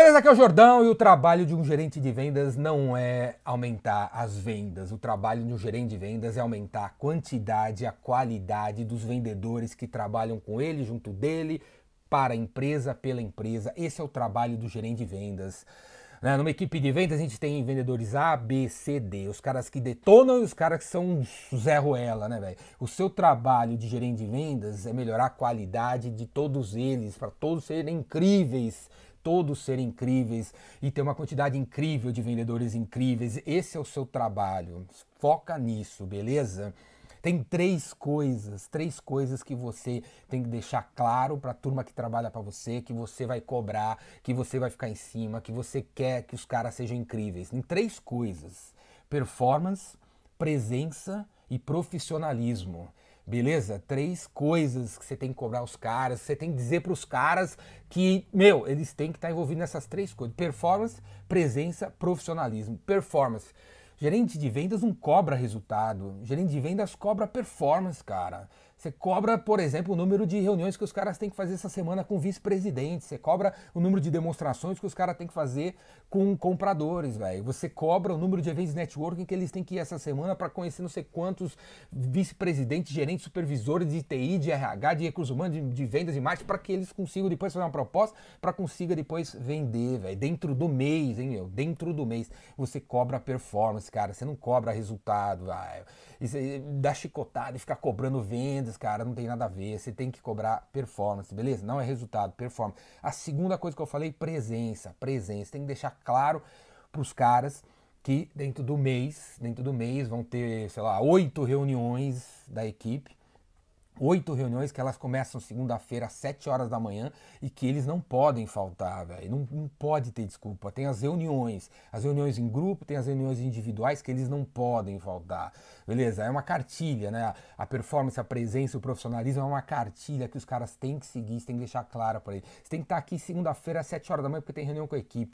beleza? Aqui é o Jordão e o trabalho de um gerente de vendas não é aumentar as vendas. O trabalho de um gerente de vendas é aumentar a quantidade e a qualidade dos vendedores que trabalham com ele, junto dele, para a empresa, pela empresa. Esse é o trabalho do gerente de vendas. Numa equipe de vendas a gente tem vendedores A, B, C, D. Os caras que detonam e os caras que são Zé Ruela, né, velho? O seu trabalho de gerente de vendas é melhorar a qualidade de todos eles, para todos serem incríveis. Todos serem incríveis e ter uma quantidade incrível de vendedores incríveis. Esse é o seu trabalho. Foca nisso, beleza? Tem três coisas que você tem que deixar claro para a turma que trabalha para você, que você vai cobrar, que você vai ficar em cima, que você quer que os caras sejam incríveis. Tem três coisas: performance, presença e profissionalismo. Beleza? Três coisas que você tem que cobrar os caras, você tem que dizer para os caras que, eles têm que estar envolvidos nessas três coisas: performance, presença, profissionalismo. Performance. Gerente de vendas não cobra resultado. Gerente de vendas cobra performance, cara. Você cobra, por exemplo, o número de reuniões que os caras têm que fazer essa semana com vice-presidente. Você cobra o número de demonstrações que os caras têm que fazer com compradores, velho. Você cobra o número de eventos de networking que eles têm que ir essa semana para conhecer não sei quantos vice-presidentes, gerentes, supervisores de TI, de RH, de recursos humanos, de vendas e marketing, para que eles consigam depois fazer uma proposta, para consiga depois vender, velho. Dentro do mês, hein, meu? Dentro do mês. Você cobra performance, cara. Você não cobra resultado, velho. Isso dá chicotada e ficar cobrando vendas, cara, não tem nada a ver. Você tem que cobrar performance, beleza? Não é resultado, performance. A segunda coisa que eu falei, presença. Presença. Tem que deixar claro pros caras que dentro do mês vão ter, sei lá, 8 reuniões da equipe. 8 reuniões que elas começam segunda-feira às 7 horas da manhã e que eles não podem faltar, velho. Não pode ter desculpa. Tem as reuniões em grupo, tem as reuniões individuais que eles não podem faltar. Beleza? É uma cartilha, né? A performance, a presença, o profissionalismo é uma cartilha que os caras têm que seguir, você tem que deixar claro para eles. Você tem que estar aqui segunda-feira às 7 horas da manhã porque tem reunião com a equipe.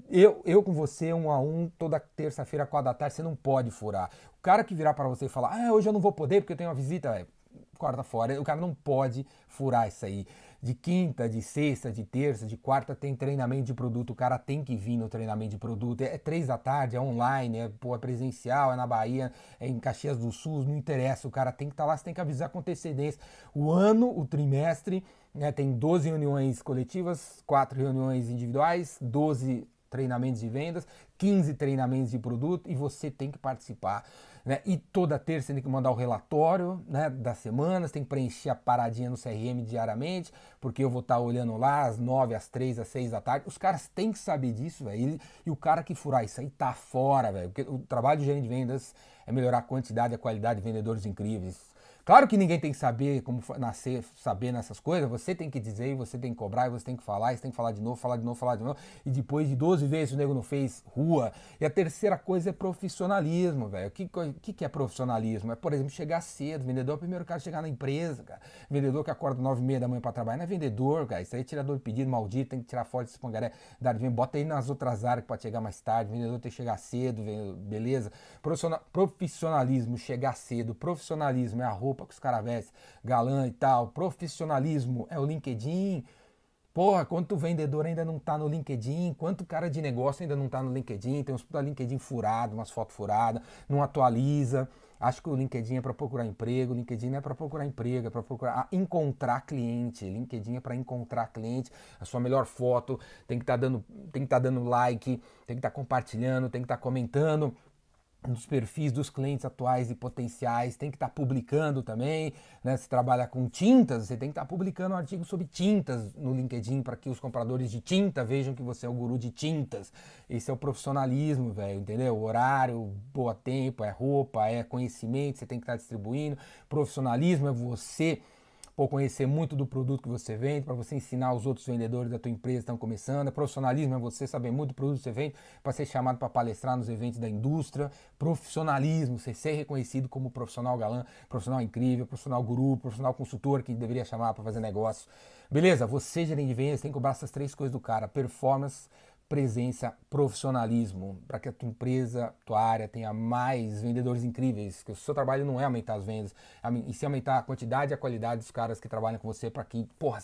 Eu com você, 1 a 1, toda terça-feira, 4 da tarde, você não pode furar. O cara que virar para você e falar, hoje eu não vou poder porque eu tenho uma visita, velho, corta fora. O cara não pode furar isso aí. De quinta, de sexta, de terça, de quarta tem treinamento de produto. O cara tem que vir no treinamento de produto. É 3 da tarde, é online, é presencial, é na Bahia, é em Caxias do Sul, não interessa. O cara tem que estar lá, você tem que avisar com antecedência. O ano, o trimestre, né, tem 12 reuniões coletivas, 4 reuniões individuais, 12 treinamentos de vendas, 15 treinamentos de produto e você tem que participar, né? E toda terça você tem que mandar o relatório, né, da semana, você tem que preencher a paradinha no CRM diariamente, porque eu vou estar olhando lá às 9, às 3, às 6 da tarde. Os caras têm que saber disso, velho. E o cara que furar isso aí tá fora, velho. Porque o trabalho de gerente de vendas é melhorar a quantidade e a qualidade de vendedores incríveis. Claro que ninguém tem que saber como nascer, saber nessas coisas. Você tem que dizer, você tem que cobrar, você tem que falar, você tem que falar de novo, falar de novo, falar de novo. E depois de 12 vezes o nego não fez, rua. E a terceira coisa é profissionalismo, velho. O que é profissionalismo? É, por exemplo, chegar cedo. Vendedor é o primeiro cara a chegar na empresa, cara. Vendedor que acorda 9h30 da manhã pra trabalhar não é vendedor, cara. Isso aí é tirador de pedido, maldito, tem que tirar fora desse pangaré. Bota aí nas outras áreas que pode chegar mais tarde. Vendedor tem que chegar cedo, beleza? Profissionalismo, chegar cedo. Profissionalismo é a roupa que os caras vestem, galã e tal. Profissionalismo é o LinkedIn. Porra, quanto vendedor ainda não tá no LinkedIn, quanto cara de negócio ainda não tá no LinkedIn, tem uns puta LinkedIn furado, umas fotos furadas, não atualiza. Acho que o LinkedIn é para procurar emprego, o LinkedIn não é para procurar emprego, é para procurar encontrar cliente. LinkedIn é para encontrar cliente. A sua melhor foto tem que estar dando like, tem que estar compartilhando, tem que estar comentando dos perfis dos clientes atuais e potenciais, tem que estar publicando também, né? Se trabalha com tintas, você tem que estar publicando um artigo sobre tintas no LinkedIn para que os compradores de tinta vejam que você é o guru de tintas. Esse é o profissionalismo, velho, entendeu? Horário, boa tempo, é roupa, é conhecimento, você tem que estar distribuindo. Profissionalismo é você conhecer muito do produto que você vende, para você ensinar os outros vendedores da tua empresa que estão começando. Profissionalismo é você saber muito do produto que você vende, para ser chamado para palestrar nos eventos da indústria. Profissionalismo, você ser reconhecido como profissional galã, profissional incrível, profissional guru, profissional consultor que deveria chamar para fazer negócio. Beleza? Você, gerente de vendas, tem que cobrar essas três coisas do cara: performance, presença, profissionalismo, para que a tua empresa, tua área tenha mais vendedores incríveis, que o seu trabalho não é aumentar as vendas, e sim aumentar a quantidade e a qualidade dos caras que trabalham com você, para que, porra,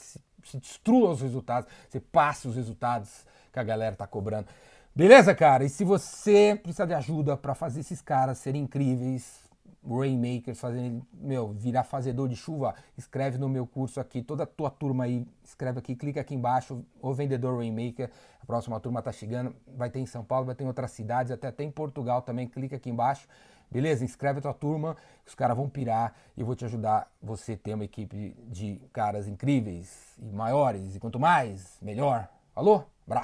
você destrua os resultados, você passe os resultados que a galera tá cobrando. Beleza, cara? E se você precisa de ajuda para fazer esses caras serem incríveis, Rainmakers, virar fazedor de chuva, escreve no meu curso aqui, toda a tua turma aí, escreve aqui, clica aqui embaixo, o vendedor Rainmaker, a próxima turma tá chegando, vai ter em São Paulo, vai ter em outras cidades, até em Portugal também, clica aqui embaixo, beleza? Inscreve a tua turma, os caras vão pirar e eu vou te ajudar você a ter uma equipe de caras incríveis e maiores, e quanto mais, melhor. Falou? Abraço!